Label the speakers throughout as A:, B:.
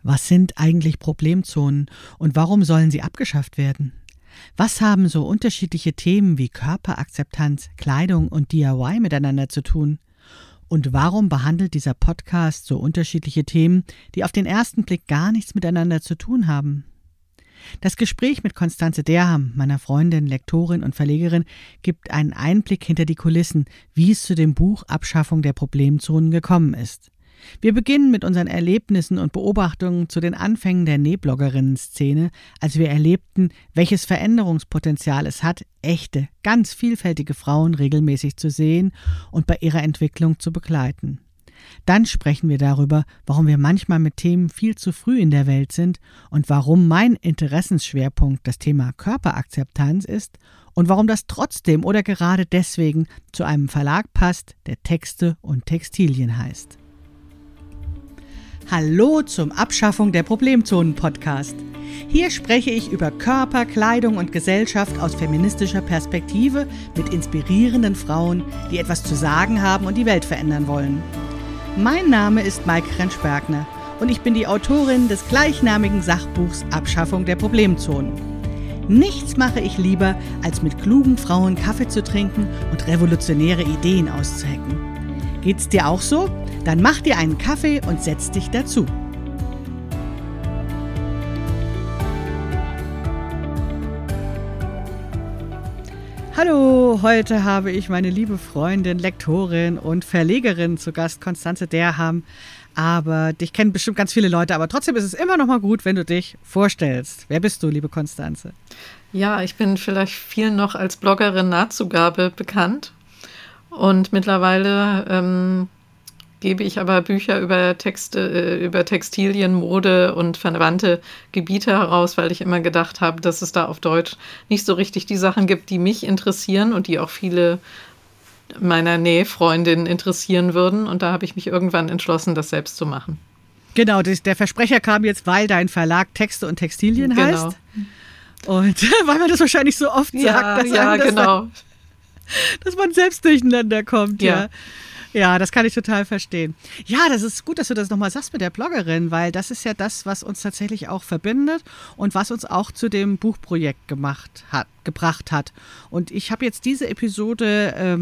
A: Was sind eigentlich Problemzonen und warum sollen sie abgeschafft werden? Was haben so unterschiedliche Themen wie Körperakzeptanz, Kleidung und DIY miteinander zu tun? Und warum behandelt dieser Podcast so unterschiedliche Themen, die auf den ersten Blick gar nichts miteinander zu tun haben? Das Gespräch mit Constanze Derham, meiner Freundin, Lektorin und Verlegerin, gibt einen Einblick hinter die Kulissen, wie es zu dem Buch Abschaffung der Problemzonen gekommen ist. Wir beginnen mit unseren Erlebnissen und Beobachtungen zu den Anfängen der Nähbloggerinnen-Szene, als wir erlebten, welches Veränderungspotenzial es hat, echte, ganz vielfältige Frauen regelmäßig zu sehen und bei ihrer Entwicklung zu begleiten. Dann sprechen wir darüber, warum wir manchmal mit Themen viel zu früh in der Welt sind und warum mein Interessensschwerpunkt das Thema Körperakzeptanz ist und warum das trotzdem oder gerade deswegen zu einem Verlag passt, der Texte und Textilien heißt. Hallo zum Abschaffung der Problemzonen-Podcast. Hier spreche ich über Körper, Kleidung und Gesellschaft aus feministischer Perspektive mit inspirierenden Frauen, die etwas zu sagen haben und die Welt verändern wollen. Mein Name ist Maike Rentsch-Bergner und ich bin die Autorin des gleichnamigen Sachbuchs Abschaffung der Problemzonen. Nichts mache ich lieber, als mit klugen Frauen Kaffee zu trinken und revolutionäre Ideen auszuhacken. Geht's dir auch so? Dann mach dir einen Kaffee und setz dich dazu. Hallo, heute habe ich meine liebe Freundin, Lektorin und Verlegerin zu Gast, Constanze Derham. Aber dich kennen bestimmt ganz viele Leute, aber trotzdem ist es immer noch mal gut, wenn du dich vorstellst. Wer bist du, liebe Constanze?
B: Ja, ich bin vielleicht vielen noch als Bloggerin Nahtzugabe bekannt. Und mittlerweile gebe ich aber Bücher über Textilien, Mode und verwandte Gebiete heraus, weil ich immer gedacht habe, dass es da auf Deutsch nicht so richtig die Sachen gibt, die mich interessieren und die auch viele meiner Nähfreundinnen interessieren würden. Und da habe ich mich irgendwann entschlossen, das selbst zu machen.
A: Genau, der Versprecher kam jetzt, weil dein Verlag Texte und Textilien heißt. Und weil man das wahrscheinlich so oft sagt, dass man selbst durcheinander kommt. Ja, das kann ich total verstehen. Ja, das ist gut, dass du das nochmal sagst mit der Bloggerin, weil das ist ja das, was uns tatsächlich auch verbindet und was uns auch zu dem Buchprojekt gebracht hat. Und ich habe jetzt diese Episode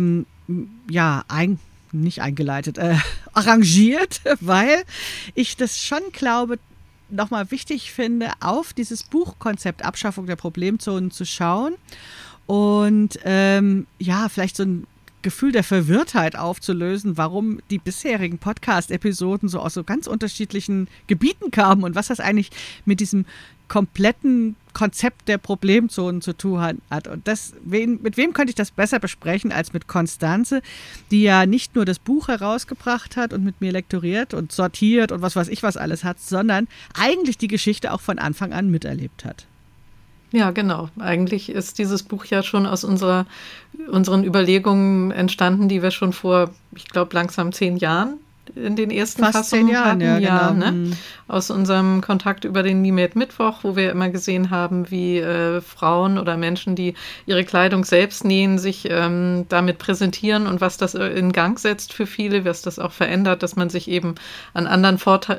A: arrangiert, weil ich das schon glaube, nochmal wichtig finde, auf dieses Buchkonzept Abschaffung der Problemzonen zu schauen und vielleicht so ein Gefühl der Verwirrtheit aufzulösen, warum die bisherigen Podcast-Episoden so aus so ganz unterschiedlichen Gebieten kamen und was das eigentlich mit diesem kompletten Konzept der Problemzonen zu tun hat. Und mit wem könnte ich das besser besprechen als mit Constanze, die ja nicht nur das Buch herausgebracht hat und mit mir lektoriert und sortiert und was weiß ich was alles hat, sondern eigentlich die Geschichte auch von Anfang an miterlebt hat.
B: Ja, genau. Eigentlich ist dieses Buch ja schon aus unseren Überlegungen entstanden, die wir schon vor, ich glaube, langsam 10 Jahren in den ersten
A: Fast 10 Jahren
B: hatten.
A: Ja, genau.
B: Ne? Aus unserem Kontakt über den Me-Made Mittwoch, wo wir immer gesehen haben, wie Frauen oder Menschen, die ihre Kleidung selbst nähen, sich damit präsentieren und was das in Gang setzt für viele, was das auch verändert, dass man sich eben an anderen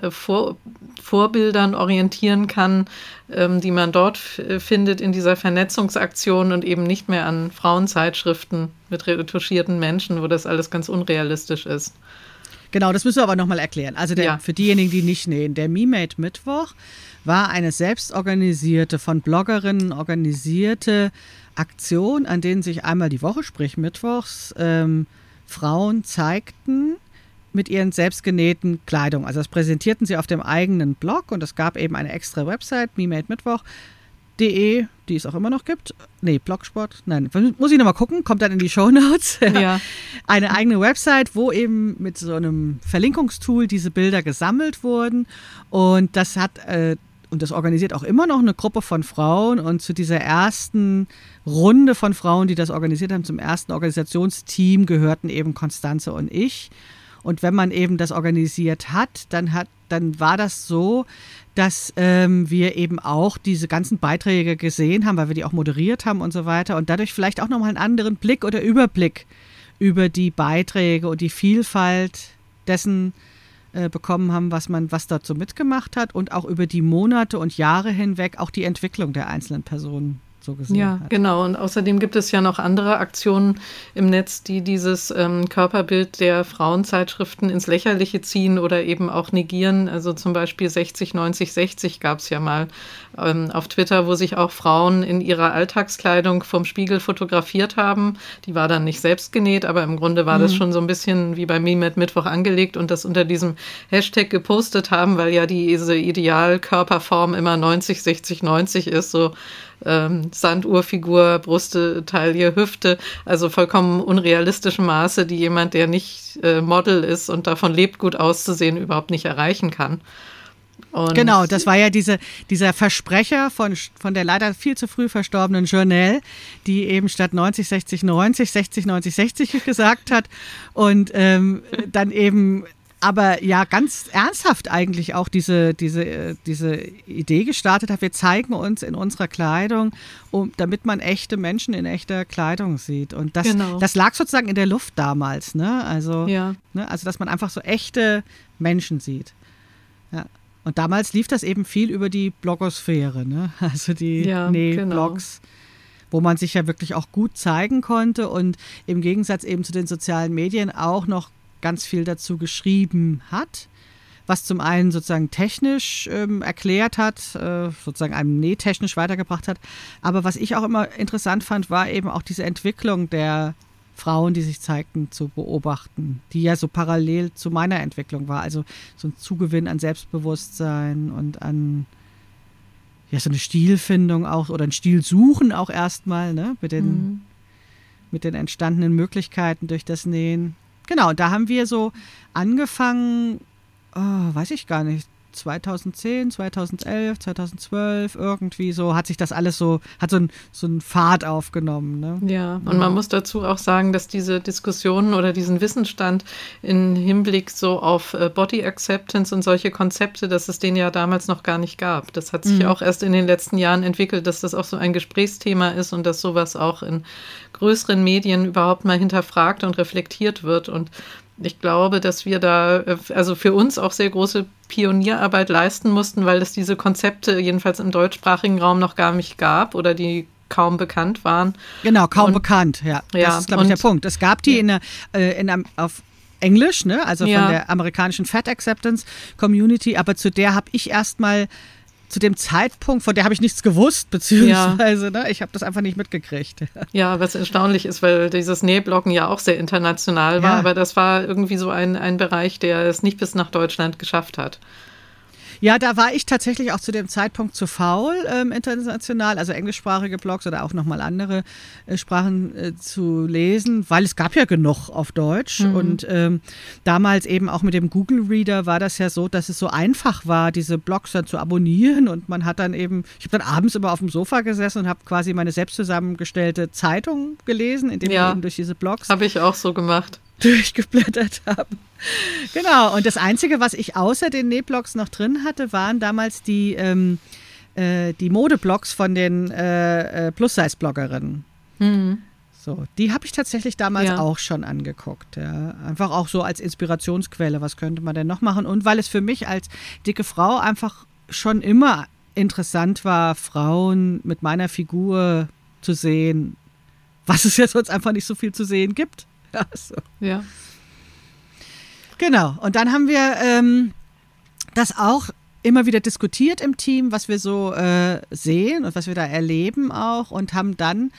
B: Vorbildern orientieren kann, die man dort findet in dieser Vernetzungsaktion und eben nicht mehr an Frauenzeitschriften mit retuschierten Menschen, wo das alles ganz unrealistisch ist.
A: Genau, das müssen wir aber nochmal erklären. Also für diejenigen, die nicht nähen, der Me-Made Mittwoch war eine selbstorganisierte, von Bloggerinnen organisierte Aktion, an denen sich einmal die Woche, sprich mittwochs, Frauen zeigten mit ihren selbstgenähten Kleidung. Also das präsentierten sie auf dem eigenen Blog und es gab eben eine extra Website, memademittwoch.de, die es auch immer noch gibt. Nee, Blogspot, nein, muss ich nochmal gucken, kommt dann in die Shownotes.
B: Ja.
A: Eine eigene Website, wo eben mit so einem Verlinkungstool diese Bilder gesammelt wurden und das organisiert auch immer noch eine Gruppe von Frauen und zu dieser ersten Runde von Frauen, die das organisiert haben, zum ersten Organisationsteam gehörten eben Constanze und ich. Und wenn man eben das organisiert hat, dann war das so, dass wir eben auch diese ganzen Beiträge gesehen haben, weil wir die auch moderiert haben und so weiter und dadurch vielleicht auch nochmal einen anderen Blick oder Überblick über die Beiträge und die Vielfalt dessen bekommen haben, was dort so mitgemacht hat und auch über die Monate und Jahre hinweg auch die Entwicklung der einzelnen Personen so gesehen hat. Ja,
B: genau. Und außerdem gibt es ja noch andere Aktionen im Netz, die dieses Körperbild der Frauenzeitschriften ins Lächerliche ziehen oder eben auch negieren. Also zum Beispiel 60, 90, 60 gab es ja mal auf Twitter, wo sich auch Frauen in ihrer Alltagskleidung vom Spiegel fotografiert haben. Die war dann nicht selbst genäht, aber im Grunde war das schon so ein bisschen wie bei Meme at Mittwoch angelegt und das unter diesem Hashtag gepostet haben, weil ja diese Idealkörperform immer 90, 60, 90 ist, so Sanduhrfigur, Brüste, Taille, Hüfte, also vollkommen unrealistischem Maße, die jemand, der nicht Model ist und davon lebt, gut auszusehen, überhaupt nicht erreichen kann.
A: Und genau, das war ja dieser Versprecher von der leider viel zu früh verstorbenen Journelle, die eben statt 90, 60, 90, 60, 90, 60 gesagt hat und dann eben aber ja ganz ernsthaft eigentlich auch diese Idee gestartet hat, wir zeigen uns in unserer Kleidung, damit man echte Menschen in echter Kleidung sieht. Und das lag sozusagen in der Luft damals, ne? Also, also dass man einfach so echte Menschen sieht. Ja. Und damals lief das eben viel über die Blogosphäre, ne? Also die Nähblogs, wo man sich ja wirklich auch gut zeigen konnte und im Gegensatz eben zu den sozialen Medien auch noch ganz viel dazu geschrieben hat, was zum einen sozusagen technisch erklärt hat, sozusagen einem nähtechnisch weitergebracht hat. Aber was ich auch immer interessant fand, war eben auch diese Entwicklung der Frauen, die sich zeigten, zu beobachten, die ja so parallel zu meiner Entwicklung war. Also so ein Zugewinn an Selbstbewusstsein und an so eine Stilfindung auch oder ein Stilsuchen auch erstmal, ne, mit den entstandenen Möglichkeiten durch das Nähen. Genau, da haben wir so angefangen, weiß ich gar nicht, 2010, 2011, 2012, irgendwie so hat sich das alles so einen Pfad aufgenommen. Ne?
B: Ja, und man muss dazu auch sagen, dass diese Diskussionen oder diesen Wissensstand im Hinblick so auf Body Acceptance und solche Konzepte, dass es den ja damals noch gar nicht gab. Das hat sich auch erst in den letzten Jahren entwickelt, dass das auch so ein Gesprächsthema ist und dass sowas auch in größeren Medien überhaupt mal hinterfragt und reflektiert wird. Und ich glaube, dass wir da also für uns auch sehr große Pionierarbeit leisten mussten, weil es diese Konzepte jedenfalls im deutschsprachigen Raum noch gar nicht gab oder die kaum bekannt waren.
A: Genau, kaum bekannt, ja. Das ist, glaube ich, der Punkt. Es gab die auf Englisch, ne? Also von der amerikanischen Fat Acceptance Community, aber zu der habe ich erstmal zu dem Zeitpunkt, von der habe ich nichts gewusst, beziehungsweise ich habe das einfach nicht mitgekriegt.
B: Ja, was erstaunlich ist, weil dieses Nähbloggen ja auch sehr international war, aber das war irgendwie so ein Bereich, der es nicht bis nach Deutschland geschafft hat.
A: Ja, da war ich tatsächlich auch zu dem Zeitpunkt zu faul, international, also englischsprachige Blogs oder auch nochmal andere Sprachen zu lesen, weil es gab ja genug auf Deutsch. Und damals eben auch mit dem Google Reader war das ja so, dass es so einfach war, diese Blogs dann zu abonnieren und man hat dann eben, ich habe dann abends immer auf dem Sofa gesessen und habe quasi meine selbst zusammengestellte Zeitung gelesen, indem ich eben durch diese Blogs
B: habe ich auch so gemacht.
A: Durchgeblättert habe. Genau, und das Einzige, was ich außer den Nähblogs noch drin hatte, waren damals die Modeblogs von den Plus-Size-Bloggerinnen. So, die habe ich tatsächlich damals auch schon angeguckt. Ja. Einfach auch so als Inspirationsquelle, was könnte man denn noch machen? Und weil es für mich als dicke Frau einfach schon immer interessant war, Frauen mit meiner Figur zu sehen, was es ja sonst einfach nicht so viel zu sehen gibt.
B: Ja.
A: Genau. Und dann haben wir das auch immer wieder diskutiert im Team, was wir so sehen und was wir da erleben auch und haben dann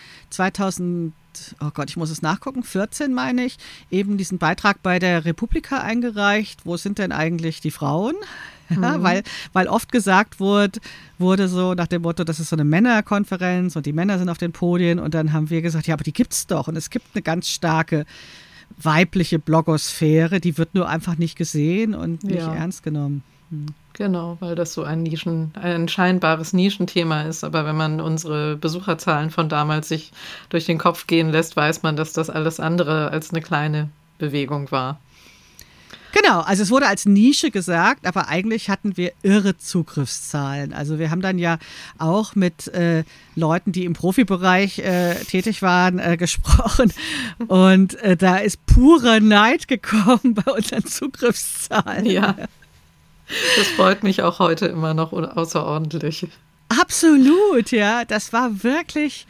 A: 2014 meine ich, eben diesen Beitrag bei der Republika eingereicht. Wo sind denn eigentlich die Frauen? Ja, weil oft gesagt wurde so nach dem Motto, das ist so eine Männerkonferenz und die Männer sind auf den Podien und dann haben wir gesagt, ja, aber die gibt's doch und es gibt eine ganz starke weibliche Blogosphäre, die wird nur einfach nicht gesehen und nicht ernst genommen.
B: Genau, weil das so ein scheinbares Nischenthema ist, aber wenn man unsere Besucherzahlen von damals sich durch den Kopf gehen lässt, weiß man, dass das alles andere als eine kleine Bewegung war.
A: Genau, also es wurde als Nische gesagt, aber eigentlich hatten wir irre Zugriffszahlen. Also wir haben dann ja auch mit Leuten, die im Profibereich tätig waren, gesprochen und da ist purer Neid gekommen bei unseren Zugriffszahlen.
B: Ja, das freut mich auch heute immer noch außerordentlich.
A: Absolut, ja, das war wirklich,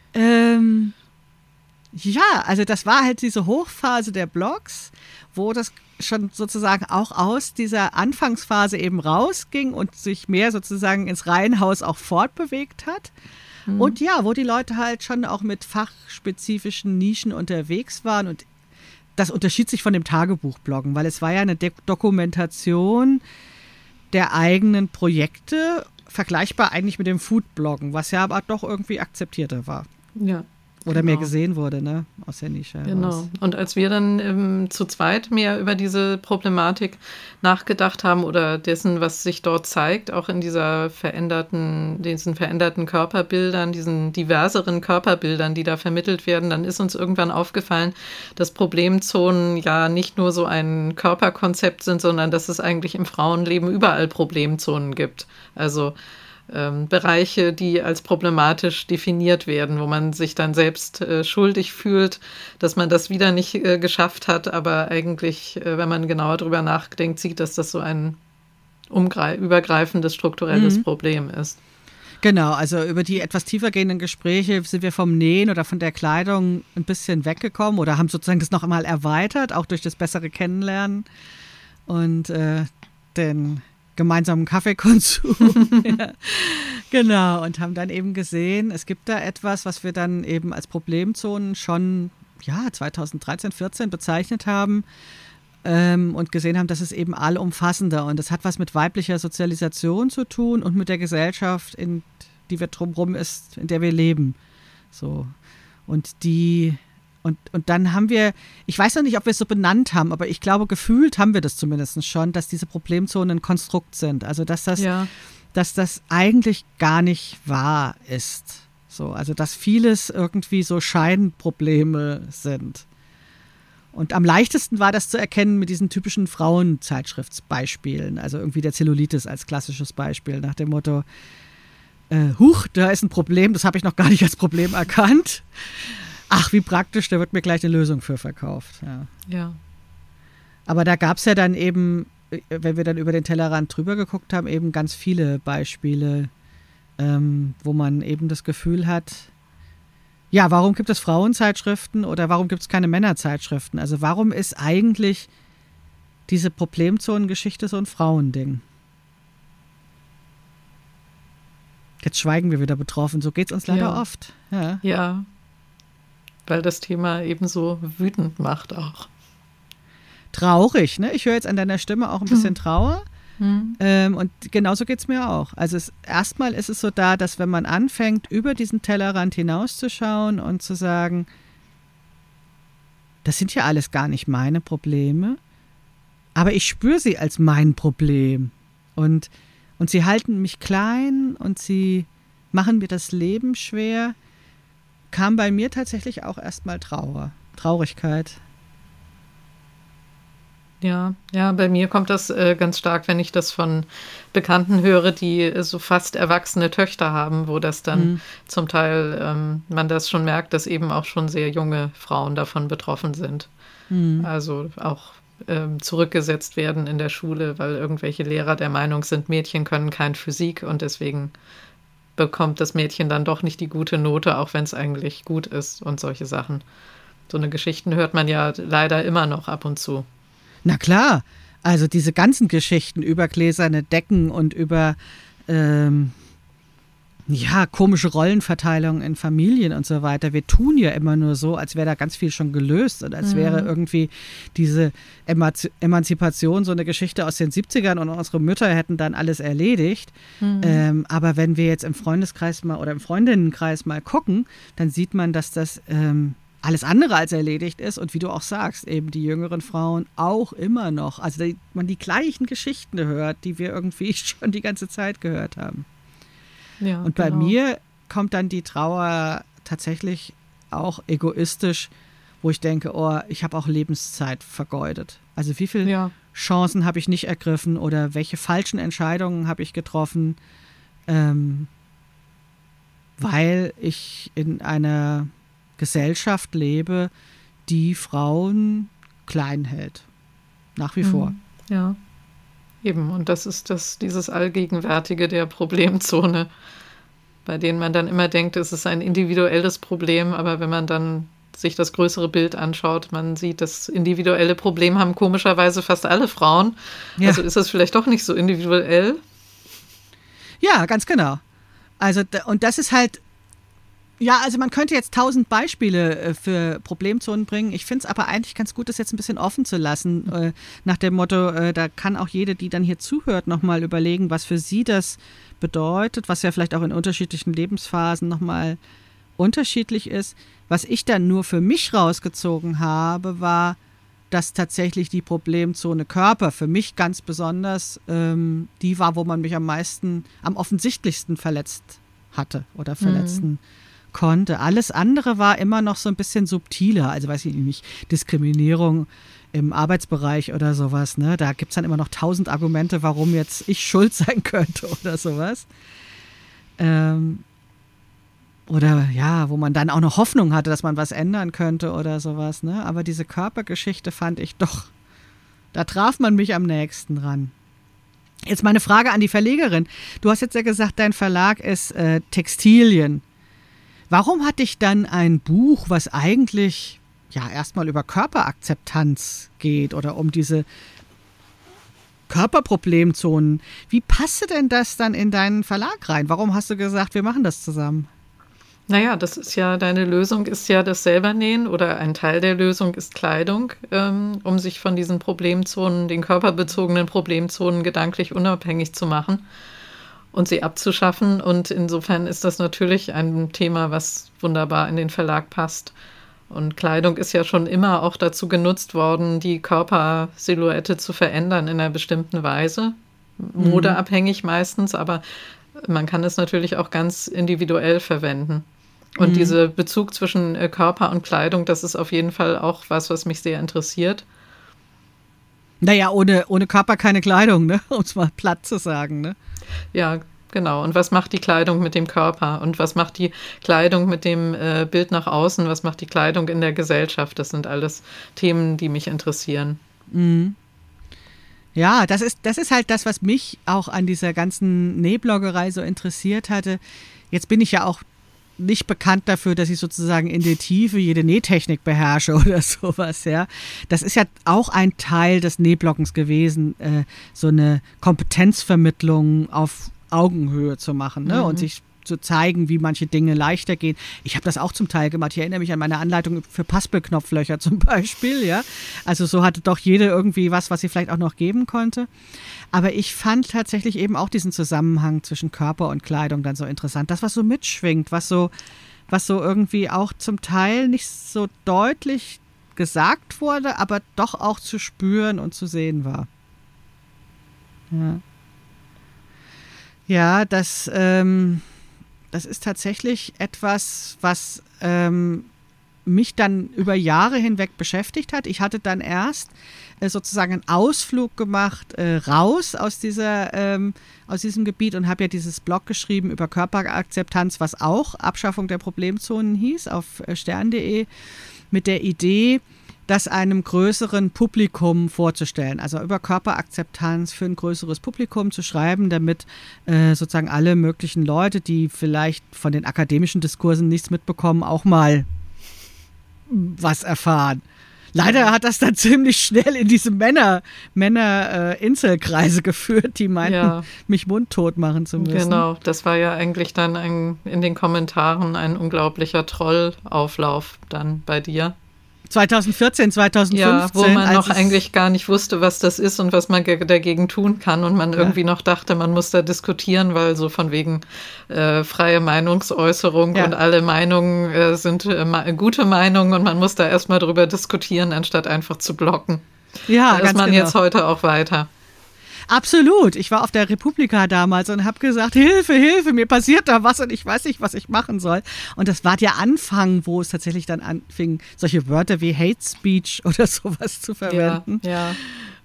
A: also das war halt diese Hochphase der Blogs, wo das schon sozusagen auch aus dieser Anfangsphase eben rausging und sich mehr sozusagen ins Reihenhaus auch fortbewegt hat. Und ja, wo die Leute halt schon auch mit fachspezifischen Nischen unterwegs waren. Und das unterschied sich von dem Tagebuchbloggen, weil es war ja eine Dokumentation der eigenen Projekte, vergleichbar eigentlich mit dem Foodbloggen, was ja aber doch irgendwie akzeptierter war.
B: Ja.
A: Oder mehr gesehen wurde, ne, aus der Nische heraus.
B: Genau. Und als wir dann zu zweit mehr über diese Problematik nachgedacht haben oder dessen, was sich dort zeigt, auch in diesen veränderten Körperbildern, diesen diverseren Körperbildern, die da vermittelt werden, dann ist uns irgendwann aufgefallen, dass Problemzonen ja nicht nur so ein Körperkonzept sind, sondern dass es eigentlich im Frauenleben überall Problemzonen gibt. Also Bereiche, die als problematisch definiert werden, wo man sich dann selbst schuldig fühlt, dass man das wieder nicht geschafft hat, aber eigentlich, wenn man genauer drüber nachdenkt, sieht, dass das so ein übergreifendes strukturelles Problem ist.
A: Genau, also über die etwas tiefer gehenden Gespräche sind wir vom Nähen oder von der Kleidung ein bisschen weggekommen oder haben sozusagen das noch einmal erweitert, auch durch das bessere Kennenlernen und den gemeinsamen Kaffeekonsum. Ja. Genau, und haben dann eben gesehen, es gibt da etwas, was wir dann eben als Problemzonen schon 2013, 14 bezeichnet haben und gesehen haben, das ist eben allumfassender und das hat was mit weiblicher Sozialisation zu tun und mit der Gesellschaft, in die wir drumherum ist, in der wir leben. So. Und dann haben wir, ich weiß noch nicht, ob wir es so benannt haben, aber ich glaube, gefühlt haben wir das zumindest schon, dass diese Problemzonen ein Konstrukt sind. Also, dass das eigentlich gar nicht wahr ist. So, also, dass vieles irgendwie so Scheinprobleme sind. Und am leichtesten war das zu erkennen mit diesen typischen Frauenzeitschriftsbeispielen. Also irgendwie der Zellulitis als klassisches Beispiel nach dem Motto, da ist ein Problem, das habe ich noch gar nicht als Problem erkannt. Ach, wie praktisch, da wird mir gleich eine Lösung für verkauft. Ja. Aber da gab es ja dann eben, wenn wir dann über den Tellerrand drüber geguckt haben, eben ganz viele Beispiele, wo man eben das Gefühl hat, ja, warum gibt es Frauenzeitschriften oder warum gibt es keine Männerzeitschriften? Also warum ist eigentlich diese Problemzonengeschichte so ein Frauending? Jetzt schweigen wir wieder betroffen, so geht es uns leider oft.
B: Ja. Weil das Thema eben so wütend macht auch.
A: Traurig, ne? Ich höre jetzt an deiner Stimme auch ein bisschen Trauer. Und genauso geht es mir auch. Also erstmal ist es so da, dass wenn man anfängt, über diesen Tellerrand hinauszuschauen und zu sagen, das sind ja alles gar nicht meine Probleme, aber ich spüre sie als mein Problem. Und sie halten mich klein und sie machen mir das Leben schwer, kam bei mir tatsächlich auch erstmal Traurigkeit.
B: Ja, bei mir kommt das ganz stark, wenn ich das von Bekannten höre, die so fast erwachsene Töchter haben, wo das dann zum Teil, man das schon merkt, dass eben auch schon sehr junge Frauen davon betroffen sind. Also auch zurückgesetzt werden in der Schule, weil irgendwelche Lehrer der Meinung sind, Mädchen können kein Physik und deswegen bekommt das Mädchen dann doch nicht die gute Note, auch wenn es eigentlich gut ist und solche Sachen. So eine Geschichten hört man ja leider immer noch ab und zu.
A: Na klar, also diese ganzen Geschichten über gläserne Decken und über komische Rollenverteilung in Familien und so weiter. Wir tun ja immer nur so, als wäre da ganz viel schon gelöst und als wäre irgendwie diese Emanzipation so eine Geschichte aus den 70ern und unsere Mütter hätten dann alles erledigt. Aber wenn wir jetzt im Freundeskreis mal oder im Freundinnenkreis mal gucken, dann sieht man, dass das alles andere als erledigt ist und wie du auch sagst, eben die jüngeren Frauen auch immer noch, also man die gleichen Geschichten hört, die wir irgendwie schon die ganze Zeit gehört haben. Ja, und bei mir kommt dann die Trauer tatsächlich auch egoistisch, wo ich denke, ich habe auch Lebenszeit vergeudet. Also wie viel Chancen habe ich nicht ergriffen oder welche falschen Entscheidungen habe ich getroffen, weil ich in einer Gesellschaft lebe, die Frauen klein hält. Nach wie vor.
B: Ja, eben. Und das ist dieses Allgegenwärtige der Problemzone, bei denen man dann immer denkt, es ist ein individuelles Problem, aber wenn man dann sich das größere Bild anschaut, man sieht, das individuelle Problem haben komischerweise fast alle Frauen. Ja. Also ist das vielleicht doch nicht so individuell?
A: Ja, ganz genau. Also, und das ist halt, ja, also man könnte jetzt 1000 Beispiele für Problemzonen bringen. Ich finde es aber eigentlich ganz gut, das jetzt ein bisschen offen zu lassen, nach dem Motto, da kann auch jede, die dann hier zuhört, nochmal überlegen, was für sie das bedeutet, was ja vielleicht auch in unterschiedlichen Lebensphasen nochmal unterschiedlich ist. Was ich dann nur für mich rausgezogen habe, war, dass tatsächlich die Problemzone Körper für mich ganz besonders die war, wo man mich am offensichtlichsten verletzt hatte oder verletzen konnte. Alles andere war immer noch so ein bisschen subtiler, also weiß ich nicht, Diskriminierung im Arbeitsbereich oder sowas, ne? Da gibt es dann immer noch 1000 Argumente, warum jetzt ich schuld sein könnte oder sowas. Oder ja, wo man dann auch noch Hoffnung hatte, dass man was ändern könnte oder sowas, ne? Aber diese Körpergeschichte fand ich doch, da traf man mich am nächsten ran. Jetzt meine Frage an die Verlegerin. Du hast jetzt ja gesagt, dein Verlag ist Textilien. Warum hat dich dann ein Buch, was eigentlich ja erstmal über Körperakzeptanz geht oder um diese Körperproblemzonen, wie passte denn das dann in deinen Verlag rein? Warum hast du gesagt, wir machen das zusammen?
B: Naja, das ist ja, deine Lösung ist ja das Selbernähen oder ein Teil der Lösung ist Kleidung, um sich von diesen Problemzonen, den körperbezogenen Problemzonen gedanklich unabhängig zu machen und sie abzuschaffen. Und insofern ist das natürlich ein Thema, was wunderbar in den Verlag passt. Und Kleidung ist ja schon immer auch dazu genutzt worden, die Körpersilhouette zu verändern in einer bestimmten Weise. Modeabhängig meistens, aber man kann es natürlich auch ganz individuell verwenden. Und dieser Bezug zwischen Körper und Kleidung, das ist auf jeden Fall auch was mich sehr interessiert.
A: Naja, ohne Körper keine Kleidung, ne? Um es mal platt zu sagen, ne?
B: Ja, genau. Und was macht die Kleidung mit dem Körper? Und was macht die Kleidung mit dem Bild nach außen? Was macht die Kleidung in der Gesellschaft? Das sind alles Themen, die mich interessieren.
A: Ja, das ist halt das, was mich auch an dieser ganzen Nähbloggerei so interessiert hatte. Jetzt bin ich ja auch nicht bekannt dafür, dass ich sozusagen in der Tiefe jede Nähtechnik beherrsche oder sowas, ja. Das ist ja auch ein Teil des Nähbloggens gewesen, so eine Kompetenzvermittlung auf Augenhöhe zu machen, ne? Und sich zu zeigen, wie manche Dinge leichter gehen. Ich habe das auch zum Teil gemacht. Ich erinnere mich an meine Anleitung für Paspelknopflöcher zum Beispiel, ja. Also so hatte doch jede irgendwie was sie vielleicht auch noch geben konnte. Aber ich fand tatsächlich eben auch diesen Zusammenhang zwischen Körper und Kleidung dann so interessant. Das, was so mitschwingt, was so irgendwie auch zum Teil nicht so deutlich gesagt wurde, aber doch auch zu spüren und zu sehen war. Ja. Ja, das ist tatsächlich etwas, was mich dann über Jahre hinweg beschäftigt hat. Ich hatte dann erst sozusagen einen Ausflug gemacht raus aus diesem Gebiet und habe ja dieses Blog geschrieben über Körperakzeptanz, was auch Abschaffung der Problemzonen hieß, auf stern.de, mit der Idee, das einem größeren Publikum vorzustellen, also über Körperakzeptanz für ein größeres Publikum zu schreiben, damit sozusagen alle möglichen Leute, die vielleicht von den akademischen Diskursen nichts mitbekommen, auch mal was erfahren. Leider hat das dann ziemlich schnell in diese Männer-Inselkreise geführt, die meinten, mich mundtot machen zu müssen.
B: Genau, das war ja eigentlich dann in den Kommentaren ein unglaublicher Trollauflauf dann bei dir.
A: 2014, 2015.
B: Ja, wo man noch eigentlich gar nicht wusste, was das ist und was man dagegen tun kann und man irgendwie noch dachte, man muss da diskutieren, weil so von wegen freie Meinungsäußerung und alle Meinungen sind gute Meinungen und man muss da erstmal drüber diskutieren, anstatt einfach zu blocken.
A: Ja,
B: da ist man jetzt heute auch weiter.
A: Absolut. Ich war auf der Republika damals und habe gesagt, Hilfe, Hilfe, mir passiert da was und ich weiß nicht, was ich machen soll. Und das war der Anfang, wo es tatsächlich dann anfing, solche Wörter wie Hate Speech oder sowas zu verwenden.
B: Ja.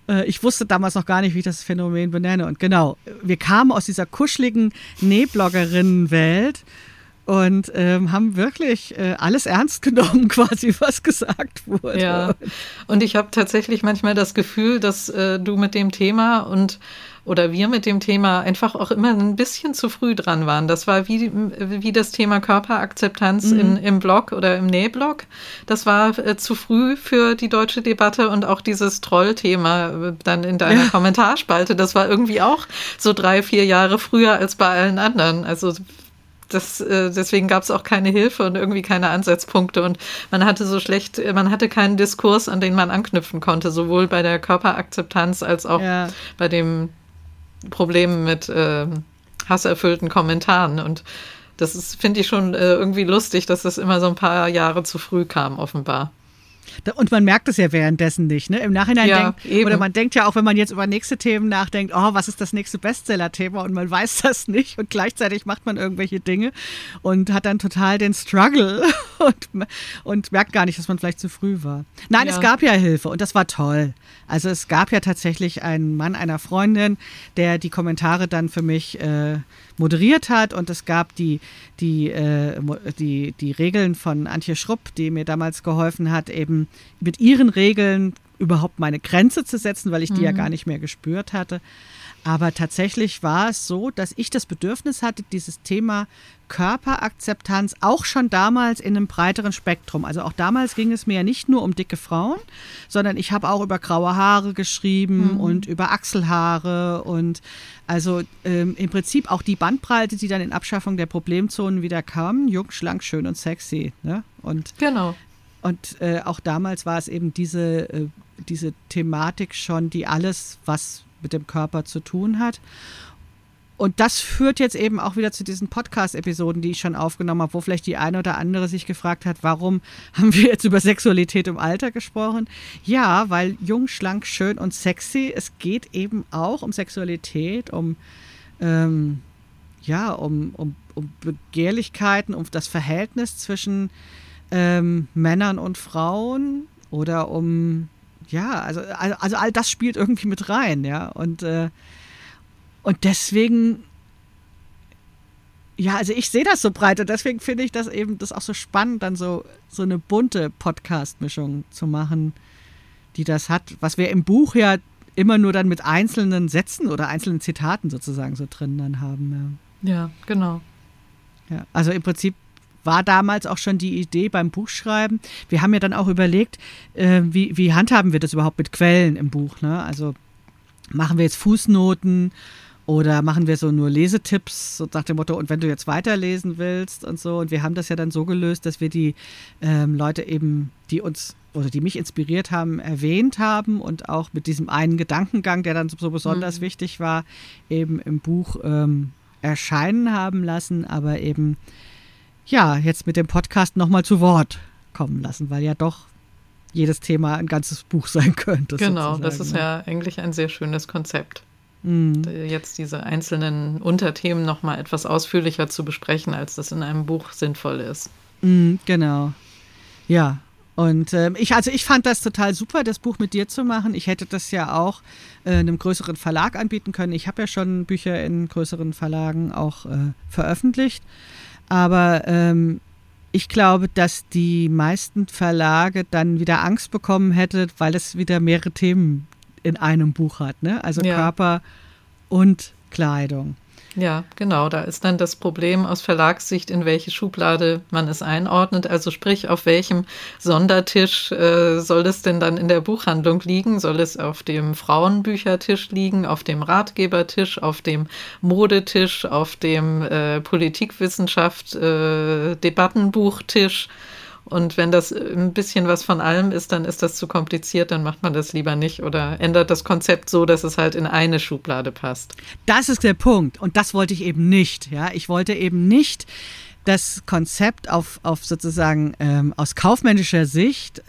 A: Ich wusste damals noch gar nicht, wie ich das Phänomen benenne. Und genau, wir kamen aus dieser kuscheligen Nähbloggerinnenwelt und haben wirklich alles ernst genommen, quasi, was gesagt wurde.
B: Ja, und ich habe tatsächlich manchmal das Gefühl, dass du mit dem Thema oder wir mit dem Thema einfach auch immer ein bisschen zu früh dran waren. Das war wie das Thema Körperakzeptanz im Blog oder im Nähblog. Das war zu früh für die deutsche Debatte und auch dieses Troll-Thema dann in deiner Kommentarspalte. Das war irgendwie auch so 3-4 Jahre früher als bei allen anderen. Also deswegen gab es auch keine Hilfe und irgendwie keine Ansatzpunkte und man hatte keinen Diskurs, an den man anknüpfen konnte, sowohl bei der Körperakzeptanz als auch bei dem Problem mit hasserfüllten Kommentaren. Und das finde ich schon irgendwie lustig, dass das immer so ein paar Jahre zu früh kam, offenbar.
A: Und man merkt es ja währenddessen nicht, ne? Im Nachhinein oder man denkt ja auch, wenn man jetzt über nächste Themen nachdenkt, oh, was ist das nächste Bestseller-Thema? Und man weiß das nicht und gleichzeitig macht man irgendwelche Dinge und hat dann total den Struggle und merkt gar nicht, dass man vielleicht zu früh war. Nein, es gab ja Hilfe und das war toll. Also es gab ja tatsächlich einen Mann einer Freundin, der die Kommentare dann für mich moderiert hat und es gab die Regeln von Antje Schrupp, die mir damals geholfen hat, eben mit ihren Regeln überhaupt meine Grenze zu setzen, weil ich die ja gar nicht mehr gespürt hatte. Aber tatsächlich war es so, dass ich das Bedürfnis hatte, dieses Thema Körperakzeptanz auch schon damals in einem breiteren Spektrum. Also auch damals ging es mir ja nicht nur um dicke Frauen, sondern ich habe auch über graue Haare geschrieben und über Achselhaare und also im Prinzip auch die Bandbreite, die dann in Abschaffung der Problemzonen wieder kam, jung, schlank, schön und sexy. Ne? Und
B: genau.
A: Und auch damals war es eben diese Thematik schon, die alles, was mit dem Körper zu tun hat. Und das führt jetzt eben auch wieder zu diesen Podcast-Episoden, die ich schon aufgenommen habe, wo vielleicht die eine oder andere sich gefragt hat, warum haben wir jetzt über Sexualität im Alter gesprochen? Ja, weil jung, schlank, schön und sexy, es geht eben auch um Sexualität, um Begehrlichkeiten, um das Verhältnis zwischen Männern und Frauen oder also all das spielt irgendwie mit rein, ja, und deswegen, ja, also ich sehe das so breit und deswegen finde ich das auch so spannend, dann so eine bunte Podcast-Mischung zu machen, die das hat, was wir im Buch ja immer nur dann mit einzelnen Sätzen oder einzelnen Zitaten sozusagen so drin dann haben.
B: Ja, genau.
A: Ja, also im Prinzip war damals auch schon die Idee beim Buchschreiben. Wir haben ja dann auch überlegt, wie handhaben wir das überhaupt mit Quellen im Buch, ne? Also machen wir jetzt Fußnoten oder machen wir so nur Lesetipps, so nach dem Motto, und wenn du jetzt weiterlesen willst und so. Und wir haben das ja dann so gelöst, dass wir die Leute eben, die uns oder die mich inspiriert haben, erwähnt haben und auch mit diesem einen Gedankengang, der dann so besonders wichtig war, eben im Buch erscheinen haben lassen, aber eben jetzt mit dem Podcast nochmal zu Wort kommen lassen, weil ja doch jedes Thema ein ganzes Buch sein könnte.
B: Genau,
A: sozusagen.
B: Das ist ja eigentlich ein sehr schönes Konzept. Jetzt diese einzelnen Unterthemen nochmal etwas ausführlicher zu besprechen, als das in einem Buch sinnvoll ist.
A: Genau. Ja. Und ich fand das total super, das Buch mit dir zu machen. Ich hätte das ja auch einem größeren Verlag anbieten können. Ich habe ja schon Bücher in größeren Verlagen auch veröffentlicht. Aber ich glaube, dass die meisten Verlage dann wieder Angst bekommen hätten, weil es wieder mehrere Themen in einem Buch hat, ne? Also Körper und Kleidung.
B: Ja, genau. Da ist dann das Problem aus Verlagssicht, in welche Schublade man es einordnet. Also sprich, auf welchem Sondertisch soll es denn dann in der Buchhandlung liegen? Soll es auf dem Frauenbüchertisch liegen, auf dem Ratgebertisch, auf dem Modetisch, auf dem Politikwissenschaft, Debattenbuchtisch? Und wenn das ein bisschen was von allem ist, dann ist das zu kompliziert, dann macht man das lieber nicht oder ändert das Konzept so, dass es halt in eine Schublade passt.
A: Das ist der Punkt und das wollte ich eben nicht. Ja? Ich wollte eben nicht das Konzept auf sozusagen aus kaufmännischer Sicht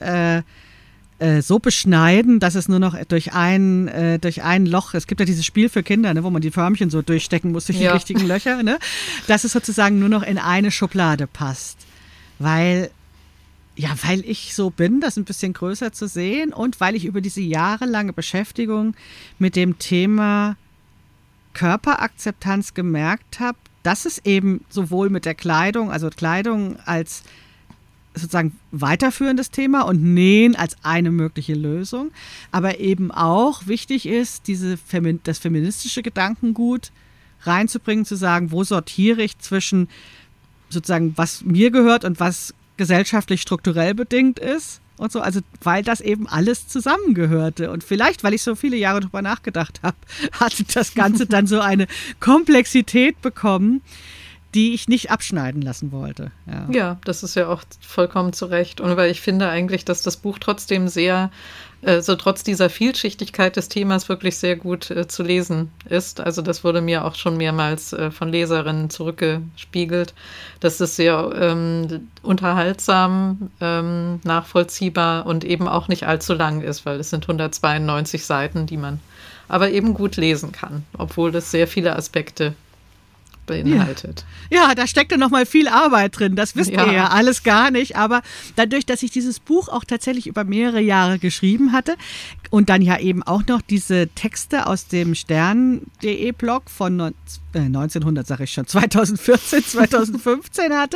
A: so beschneiden, dass es nur noch durch ein Loch, es gibt ja dieses Spiel für Kinder, ne, wo man die Förmchen so durchstecken muss durch die richtigen Löcher, ne, dass es sozusagen nur noch in eine Schublade passt. Weil Ja, weil ich so bin, das ein bisschen größer zu sehen und weil ich über diese jahrelange Beschäftigung mit dem Thema Körperakzeptanz gemerkt habe, dass es eben sowohl mit der Kleidung, also Kleidung als sozusagen weiterführendes Thema und Nähen als eine mögliche Lösung, aber eben auch wichtig ist, das feministische Gedankengut reinzubringen, zu sagen, wo sortiere ich zwischen sozusagen, was mir gehört und was gesellschaftlich strukturell bedingt ist und so, also weil das eben alles zusammengehörte und vielleicht, weil ich so viele Jahre drüber nachgedacht habe, hatte das Ganze dann so eine Komplexität bekommen, die ich nicht abschneiden lassen wollte.
B: Ja, das ist ja auch vollkommen zu Recht. Und weil ich finde eigentlich, dass das Buch trotzdem sehr, so trotz dieser Vielschichtigkeit des Themas wirklich sehr gut zu lesen ist. Also das wurde mir auch schon mehrmals von Leserinnen zurückgespiegelt, dass es sehr unterhaltsam, nachvollziehbar und eben auch nicht allzu lang ist, weil es sind 192 Seiten, die man aber eben gut lesen kann, obwohl es sehr viele Aspekte beinhaltet.
A: Ja, da steckte noch mal viel Arbeit drin, das wisst ihr ja alles gar nicht, aber dadurch, dass ich dieses Buch auch tatsächlich über mehrere Jahre geschrieben hatte und dann ja eben auch noch diese Texte aus dem Stern.de Blog von 1900, sage ich schon, 2014, 2015 hatte,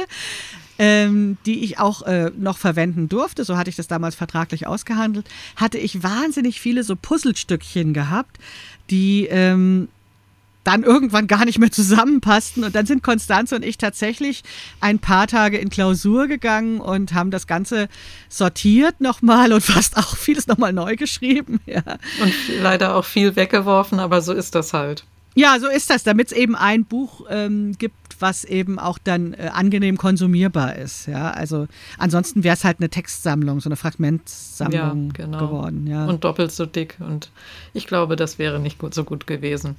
A: die ich auch noch verwenden durfte, so hatte ich das damals vertraglich ausgehandelt, hatte ich wahnsinnig viele so Puzzlestückchen gehabt, die dann irgendwann gar nicht mehr zusammenpassten. Und dann sind Constanze und ich tatsächlich ein paar Tage in Klausur gegangen und haben das Ganze sortiert nochmal und fast auch vieles nochmal neu geschrieben. Ja.
B: Und leider auch viel weggeworfen, aber so ist das halt.
A: Ja, so ist das, damit es eben ein Buch gibt, was eben auch dann angenehm konsumierbar ist. Ja, also ansonsten wäre es halt eine Textsammlung, so eine Fragmentsammlung geworden. Ja.
B: Und doppelt so dick. Und ich glaube, das wäre nicht so gut gewesen.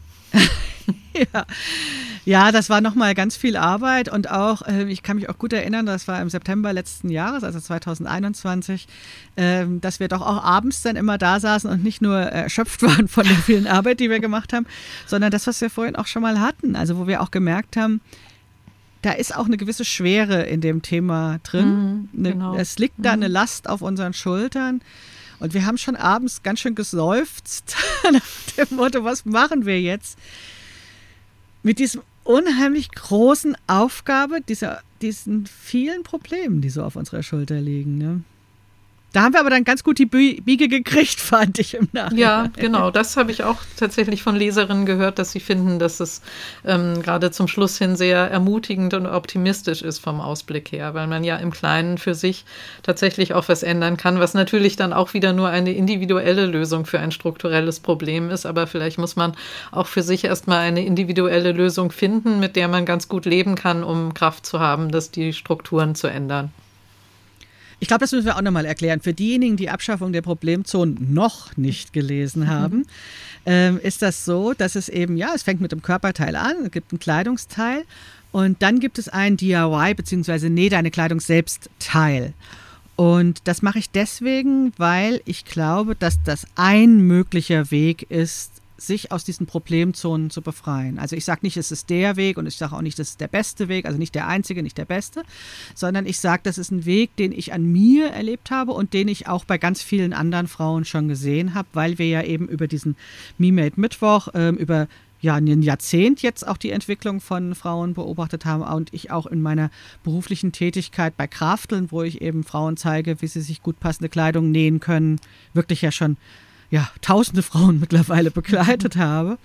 A: Ja, das war nochmal ganz viel Arbeit und auch, ich kann mich auch gut erinnern, das war im September letzten Jahres, also 2021, dass wir doch auch abends dann immer da saßen und nicht nur erschöpft waren von der vielen Arbeit, die wir gemacht haben, sondern das, was wir vorhin auch schon mal hatten, also wo wir auch gemerkt haben, da ist auch eine gewisse Schwere in dem Thema drin.
B: Genau.
A: Es liegt da eine Last auf unseren Schultern. Und wir haben schon abends ganz schön geseufzt nach dem Motto, was machen wir jetzt? Mit diesem unheimlich großen Aufgabe, diesen vielen Problemen, die so auf unserer Schulter liegen. Ne? Da haben wir aber dann ganz gut die Biege gekriegt, fand ich im Nachhinein.
B: Ja, genau. Das habe ich auch tatsächlich von Leserinnen gehört, dass sie finden, dass es gerade zum Schluss hin sehr ermutigend und optimistisch ist vom Ausblick her, weil man ja im Kleinen für sich tatsächlich auch was ändern kann, was natürlich dann auch wieder nur eine individuelle Lösung für ein strukturelles Problem ist. Aber vielleicht muss man auch für sich erstmal eine individuelle Lösung finden, mit der man ganz gut leben kann, um Kraft zu haben, die Strukturen zu ändern.
A: Ich glaube, das müssen wir auch nochmal erklären. Für diejenigen, die Abschaffung der Problemzonen noch nicht gelesen haben, ist das so, dass es eben, es fängt mit dem Körperteil an, es gibt einen Kleidungsteil und dann gibt es einen DIY bzw. Näh deine Kleidung selbst Teil. Und das mache ich deswegen, weil ich glaube, dass das ein möglicher Weg ist, sich aus diesen Problemzonen zu befreien. Also ich sage nicht, es ist der Weg und ich sage auch nicht, das ist der beste Weg, also nicht der einzige, nicht der beste, sondern ich sage, das ist ein Weg, den ich an mir erlebt habe und den ich auch bei ganz vielen anderen Frauen schon gesehen habe, weil wir ja eben über diesen Me-Made Mittwoch, über ein Jahrzehnt jetzt auch die Entwicklung von Frauen beobachtet haben und ich auch in meiner beruflichen Tätigkeit bei Krafteln, wo ich eben Frauen zeige, wie sie sich gut passende Kleidung nähen können, wirklich ja schon tausende Frauen mittlerweile begleitet habe.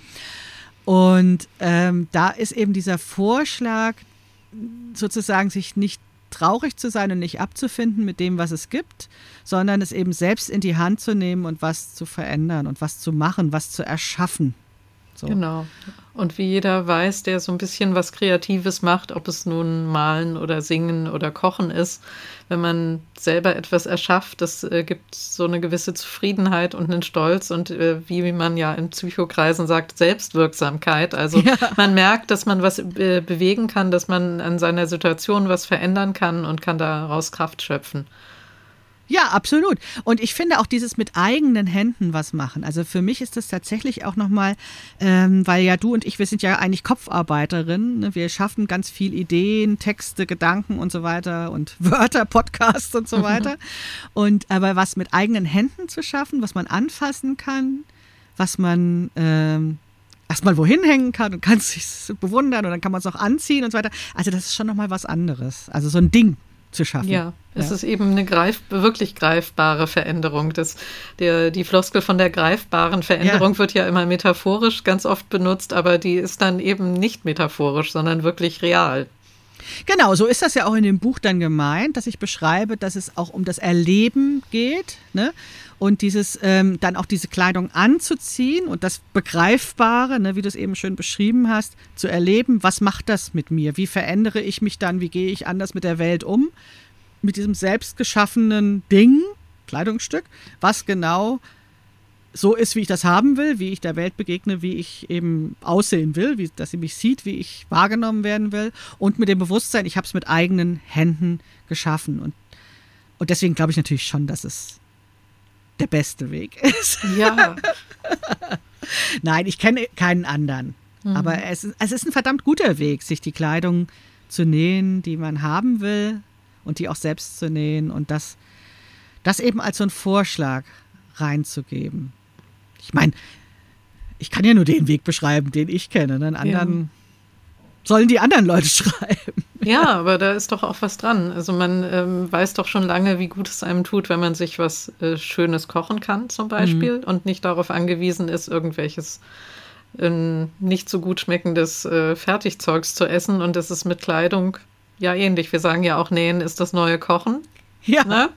A: Und da ist eben dieser Vorschlag, sozusagen sich nicht traurig zu sein und nicht abzufinden mit dem, was es gibt, sondern es eben selbst in die Hand zu nehmen und was zu verändern und was zu machen, was zu erschaffen. So.
B: Genau. Und wie jeder weiß, der so ein bisschen was Kreatives macht, ob es nun Malen oder Singen oder Kochen ist, wenn man selber etwas erschafft, das gibt so eine gewisse Zufriedenheit und einen Stolz und wie man ja in Psychokreisen sagt, Selbstwirksamkeit. Also man merkt, dass man was bewegen kann, dass man an seiner Situation was verändern kann und kann daraus Kraft schöpfen.
A: Ja, absolut. Und ich finde auch dieses mit eigenen Händen was machen. Also für mich ist das tatsächlich auch nochmal, weil ja du und ich, wir sind ja eigentlich Kopfarbeiterinnen. Ne? Wir schaffen ganz viel Ideen, Texte, Gedanken und so weiter und Wörter, Podcasts und so weiter. Aber was mit eigenen Händen zu schaffen, was man anfassen kann, was man erstmal wohin hängen kann und kann es sich bewundern und dann kann man es auch anziehen und so weiter. Also das ist schon nochmal was anderes. Also so ein Ding zu schaffen.
B: Ja, es ist eben eine wirklich greifbare Veränderung. Die Floskel von der greifbaren Veränderung wird ja immer metaphorisch ganz oft benutzt, aber die ist dann eben nicht metaphorisch, sondern wirklich real.
A: Genau, so ist das ja auch in dem Buch dann gemeint, dass ich beschreibe, dass es auch um das Erleben geht, ne? Und dann auch diese Kleidung anzuziehen und das Begreifbare, ne, wie du es eben schön beschrieben hast, zu erleben, was macht das mit mir? Wie verändere ich mich dann? Wie gehe ich anders mit der Welt um? Mit diesem selbstgeschaffenen Ding, Kleidungsstück, was genau so ist, wie ich das haben will, wie ich der Welt begegne, wie ich eben aussehen will, dass sie mich sieht, wie ich wahrgenommen werden will und mit dem Bewusstsein, ich habe es mit eigenen Händen geschaffen. Und deswegen glaube ich natürlich schon, dass es der beste Weg ist.
B: Ja.
A: Nein, ich kenne keinen anderen. Aber es ist ein verdammt guter Weg, sich die Kleidung zu nähen, die man haben will und die auch selbst zu nähen und das eben als so einen Vorschlag reinzugeben. Ich meine, ich kann ja nur den Weg beschreiben, den ich kenne. Den anderen sollen die anderen Leute schreiben.
B: Ja, aber da ist doch auch was dran. Also man weiß doch schon lange, wie gut es einem tut, wenn man sich was Schönes kochen kann zum Beispiel und nicht darauf angewiesen ist, irgendwelches nicht so gut schmeckendes Fertigzeugs zu essen. Und das ist mit Kleidung ja ähnlich. Wir sagen ja auch, Nähen ist das neue Kochen.
A: Ja.
B: Ne?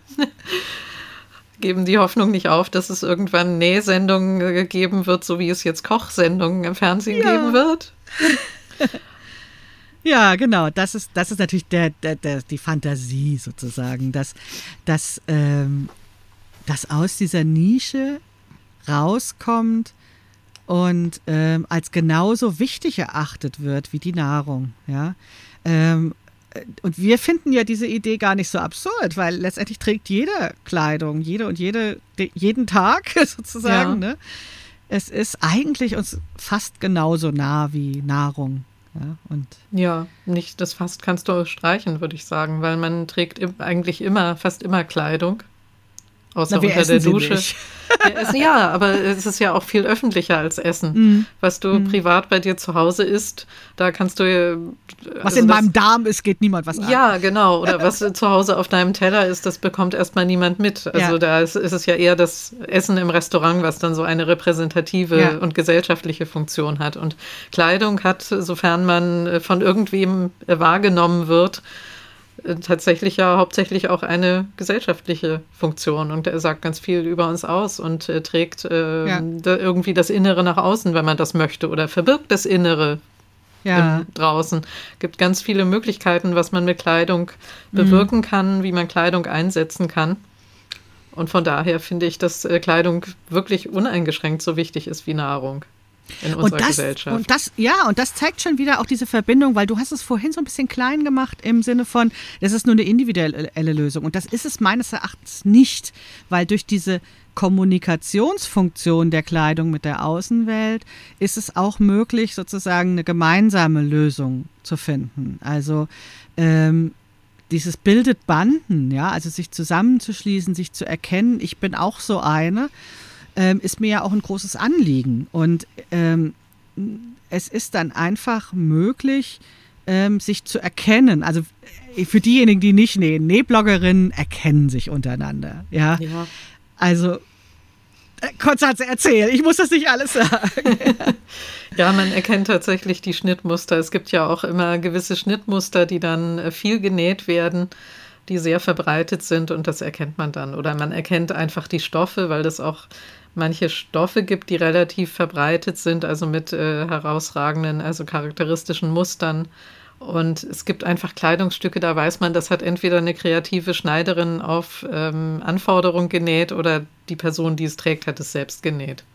B: Geben die Hoffnung nicht auf, dass es irgendwann Nähsendungen geben wird, so wie es jetzt Kochsendungen im Fernsehen geben wird.
A: Ja, genau. Das ist natürlich die Fantasie sozusagen, dass aus dieser Nische rauskommt und als genauso wichtig erachtet wird wie die Nahrung. Ja. Und wir finden ja diese Idee gar nicht so absurd, weil letztendlich trägt jeder Kleidung, jeden Tag sozusagen.
B: Ja.
A: Ne? Es ist eigentlich uns fast genauso nah wie Nahrung.
B: Ja, nicht das fast kannst du streichen, würde ich sagen, weil man trägt eigentlich fast immer Kleidung. Außer unter der Dusche. Ja, aber es ist ja auch viel öffentlicher als Essen. Was du privat bei dir zu Hause isst, da kannst du...
A: Was in meinem Darm ist, geht niemand was an.
B: Ja, genau. Oder was zu Hause auf deinem Teller ist, das bekommt erstmal niemand mit. Also da ist es ja eher das Essen im Restaurant, was dann so eine repräsentative und gesellschaftliche Funktion hat. Und Kleidung hat, sofern man von irgendwem wahrgenommen wird, tatsächlich ja hauptsächlich auch eine gesellschaftliche Funktion und er sagt ganz viel über uns aus und trägt irgendwie das Innere nach außen, wenn man das möchte, oder verbirgt das Innere draußen. Gibt ganz viele Möglichkeiten, was man mit Kleidung bewirken kann, wie man Kleidung einsetzen kann. Und von daher finde ich, dass Kleidung wirklich uneingeschränkt so wichtig ist wie Nahrung. In unserer Gesellschaft.
A: Und das zeigt schon wieder auch diese Verbindung, weil du hast es vorhin so ein bisschen klein gemacht im Sinne von, das ist nur eine individuelle Lösung. Und das ist es meines Erachtens nicht, weil durch diese Kommunikationsfunktion der Kleidung mit der Außenwelt ist es auch möglich, sozusagen eine gemeinsame Lösung zu finden. Also dieses bildet Banden, ja, also sich zusammenzuschließen, sich zu erkennen, ich bin auch so eine, ist mir ja auch ein großes Anliegen. Und es ist dann einfach möglich, sich zu erkennen. Also für diejenigen, die nicht nähen, Nähbloggerinnen erkennen sich untereinander. Ja. Also, Konstanze, erzähl, ich muss das nicht alles sagen.
B: Ja, man erkennt tatsächlich die Schnittmuster. Es gibt ja auch immer gewisse Schnittmuster, die dann viel genäht werden, die sehr verbreitet sind und das erkennt man dann. Oder man erkennt einfach die Stoffe, weil das auch manche Stoffe gibt, die relativ verbreitet sind, also mit herausragenden, also charakteristischen Mustern. Und es gibt einfach Kleidungsstücke, da weiß man, das hat entweder eine kreative Schneiderin auf Anforderung genäht oder die Person, die es trägt, hat es selbst genäht.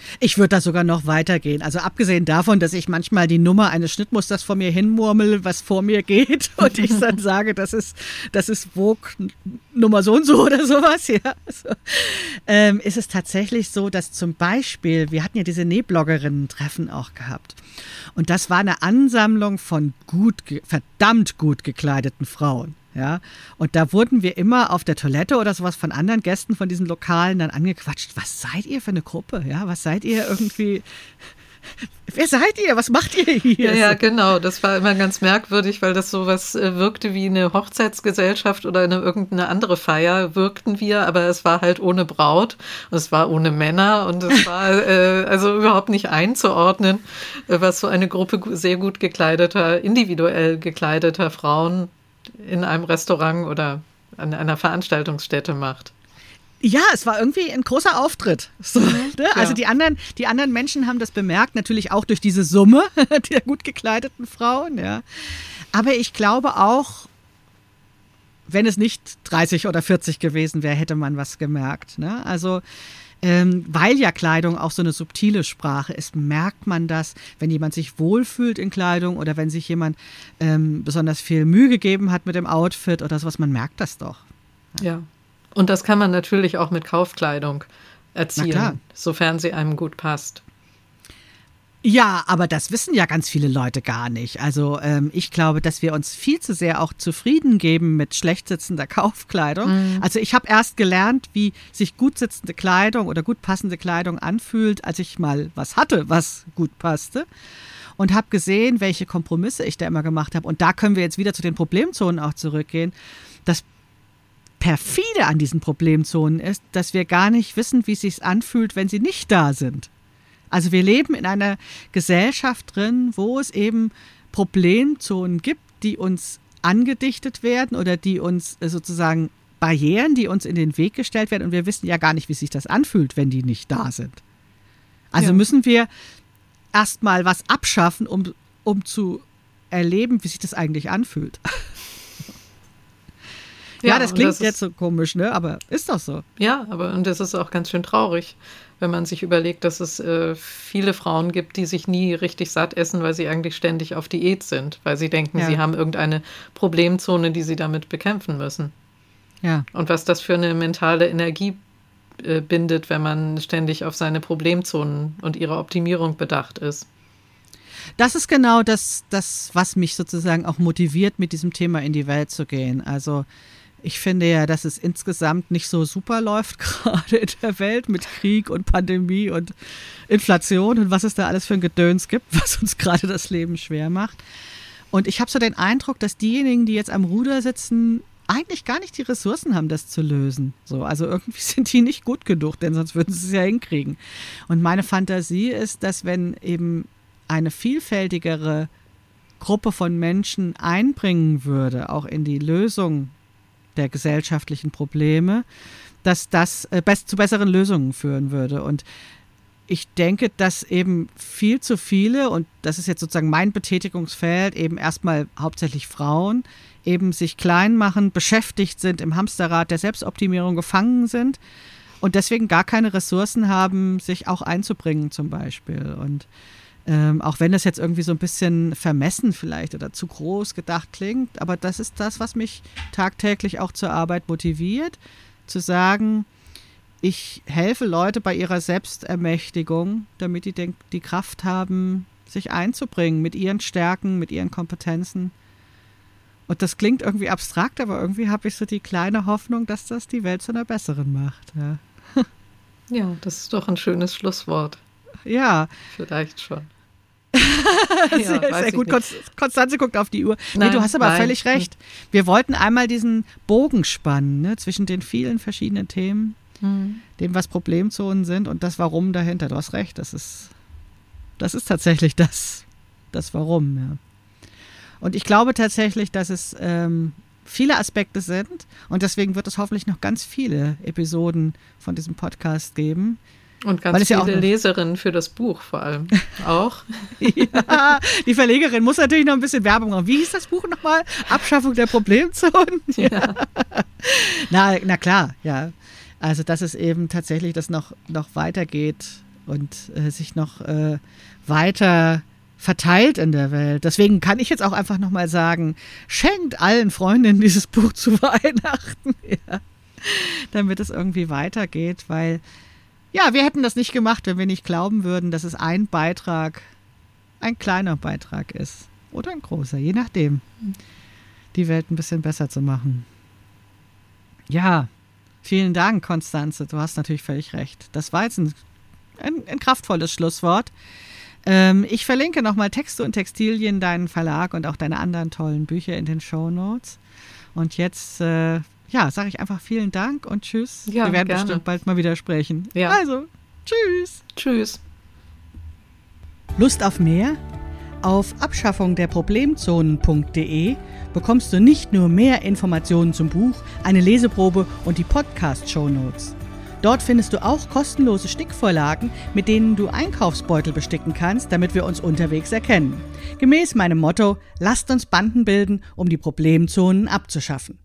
A: Ich würde da sogar noch weitergehen. Also abgesehen davon, dass ich manchmal die Nummer eines Schnittmusters vor mir hinmurmel, was vor mir geht und ich dann sage, das ist Vogue Nummer so und so oder sowas, ja. Also, ist es tatsächlich so, dass zum Beispiel, wir hatten ja diese Nähbloggerinnen-Treffen auch gehabt und das war eine Ansammlung von verdammt gut gekleideten Frauen. Ja, und da wurden wir immer auf der Toilette oder sowas von anderen Gästen von diesen Lokalen dann angequatscht. Was seid ihr für eine Gruppe? Ja, was seid ihr irgendwie? Wer seid ihr? Was macht ihr hier?
B: Ja, genau. Das war immer ganz merkwürdig, weil das sowas wirkte wie eine Hochzeitsgesellschaft oder irgendeine andere Feier wirkten wir, aber es war halt ohne Braut, es war ohne Männer und es war also überhaupt nicht einzuordnen, was so eine Gruppe sehr gut gekleideter, individuell gekleideter Frauen in einem Restaurant oder an einer Veranstaltungsstätte macht.
A: Ja, es war irgendwie ein großer Auftritt. So, ne? Also die anderen Menschen haben das bemerkt, natürlich auch durch diese Summe der gut gekleideten Frauen. Ja. Aber ich glaube auch, wenn es nicht 30 oder 40 gewesen wäre, hätte man was gemerkt. Ne? Also weil ja Kleidung auch so eine subtile Sprache ist, merkt man das, wenn jemand sich wohlfühlt in Kleidung oder wenn sich jemand besonders viel Mühe gegeben hat mit dem Outfit oder sowas, man merkt das doch.
B: Ja, und das kann man natürlich auch mit Kaufkleidung erzielen, sofern sie einem gut passt.
A: Ja, aber das wissen ja ganz viele Leute gar nicht. Also ich glaube, dass wir uns viel zu sehr auch zufrieden geben mit schlecht sitzender Kaufkleidung. Mhm. Also ich habe erst gelernt, wie sich gut sitzende Kleidung oder gut passende Kleidung anfühlt, als ich mal was hatte, was gut passte. Und habe gesehen, welche Kompromisse ich da immer gemacht habe. Und da können wir jetzt wieder zu den Problemzonen auch zurückgehen. Das Perfide an diesen Problemzonen ist, dass wir gar nicht wissen, wie es sich anfühlt, wenn sie nicht da sind. Also wir leben in einer Gesellschaft drin, wo es eben Problemzonen gibt, die uns angedichtet werden oder die uns sozusagen Barrieren, die uns in den Weg gestellt werden. Und wir wissen ja gar nicht, wie sich das anfühlt, wenn die nicht da sind. Also müssen wir erstmal was abschaffen, um zu erleben, wie sich das eigentlich anfühlt. Ja, das klingt jetzt so komisch, ne? Aber ist doch so.
B: Ja, und das ist auch ganz schön traurig, wenn man sich überlegt, dass es viele Frauen gibt, die sich nie richtig satt essen, weil sie eigentlich ständig auf Diät sind, weil sie denken, sie haben irgendeine Problemzone, die sie damit bekämpfen müssen. Ja. Und was das für eine mentale Energie bindet, wenn man ständig auf seine Problemzonen und ihre Optimierung bedacht ist.
A: Das ist genau das, was mich sozusagen auch motiviert, mit diesem Thema in die Welt zu gehen. Also ich finde ja, dass es insgesamt nicht so super läuft, gerade in der Welt mit Krieg und Pandemie und Inflation und was es da alles für ein Gedöns gibt, was uns gerade das Leben schwer macht. Und ich habe so den Eindruck, dass diejenigen, die jetzt am Ruder sitzen, eigentlich gar nicht die Ressourcen haben, das zu lösen. So, also irgendwie sind die nicht gut genug, denn sonst würden sie es ja hinkriegen. Und meine Fantasie ist, dass wenn eben eine vielfältigere Gruppe von Menschen einbringen würde, auch in die Lösung der gesellschaftlichen Probleme, dass das zu besseren Lösungen führen würde. Und ich denke, dass eben viel zu viele, und das ist jetzt sozusagen mein Betätigungsfeld, eben erstmal hauptsächlich Frauen, eben sich klein machen, beschäftigt sind, im Hamsterrad der Selbstoptimierung gefangen sind und deswegen gar keine Ressourcen haben, sich auch einzubringen zum Beispiel. Und auch wenn das jetzt irgendwie so ein bisschen vermessen vielleicht oder zu groß gedacht klingt, aber das ist das, was mich tagtäglich auch zur Arbeit motiviert, zu sagen, ich helfe Leute bei ihrer Selbstermächtigung, damit die Kraft haben, sich einzubringen mit ihren Stärken, mit ihren Kompetenzen. Und das klingt irgendwie abstrakt, aber irgendwie habe ich so die kleine Hoffnung, dass das die Welt zu einer besseren macht. Ja,
B: ja, das ist doch ein schönes Schlusswort.
A: Ja.
B: Vielleicht schon.
A: Sehr gut. Konstanze guckt auf die Uhr. Nein, du hast aber völlig recht. Wir wollten einmal diesen Bogen spannen, ne, zwischen den vielen verschiedenen Themen, dem, was Problemzonen sind und das Warum dahinter. Du hast recht, das ist tatsächlich das Warum. Ja. Und ich glaube tatsächlich, dass es viele Aspekte sind und deswegen wird es hoffentlich noch ganz viele Episoden von diesem Podcast geben.
B: Und ganz viele Leserinnen für das Buch vor allem auch.
A: Ja, die Verlegerin muss natürlich noch ein bisschen Werbung machen. Wie hieß das Buch nochmal? Abschaffung der Problemzonen? Ja. Na klar, ja. Also dass es eben tatsächlich das noch weitergeht und sich noch weiter verteilt in der Welt. Deswegen kann ich jetzt auch einfach nochmal sagen, schenkt allen Freundinnen dieses Buch zu Weihnachten, ja, damit es irgendwie weitergeht, weil ja, wir hätten das nicht gemacht, wenn wir nicht glauben würden, dass es ein Beitrag, ein kleiner Beitrag ist oder ein großer, je nachdem, die Welt ein bisschen besser zu machen. Ja, vielen Dank, Konstanze, du hast natürlich völlig recht. Das war jetzt ein kraftvolles Schlusswort. Ich verlinke nochmal Texte und Textilien, deinen Verlag und auch deine anderen tollen Bücher in den Shownotes. Und jetzt, sage ich einfach vielen Dank und tschüss.
B: Ja,
A: wir werden
B: gerne.
A: bestimmt bald mal wieder sprechen.
B: Ja.
A: Also, tschüss.
B: Tschüss.
A: Lust auf mehr? Auf abschaffungderproblemzonen.de bekommst du nicht nur mehr Informationen zum Buch, eine Leseprobe und die Podcast-Shownotes. Dort findest du auch kostenlose Stickvorlagen, mit denen du Einkaufsbeutel besticken kannst, damit wir uns unterwegs erkennen. Gemäß meinem Motto, lasst uns Banden bilden, um die Problemzonen abzuschaffen.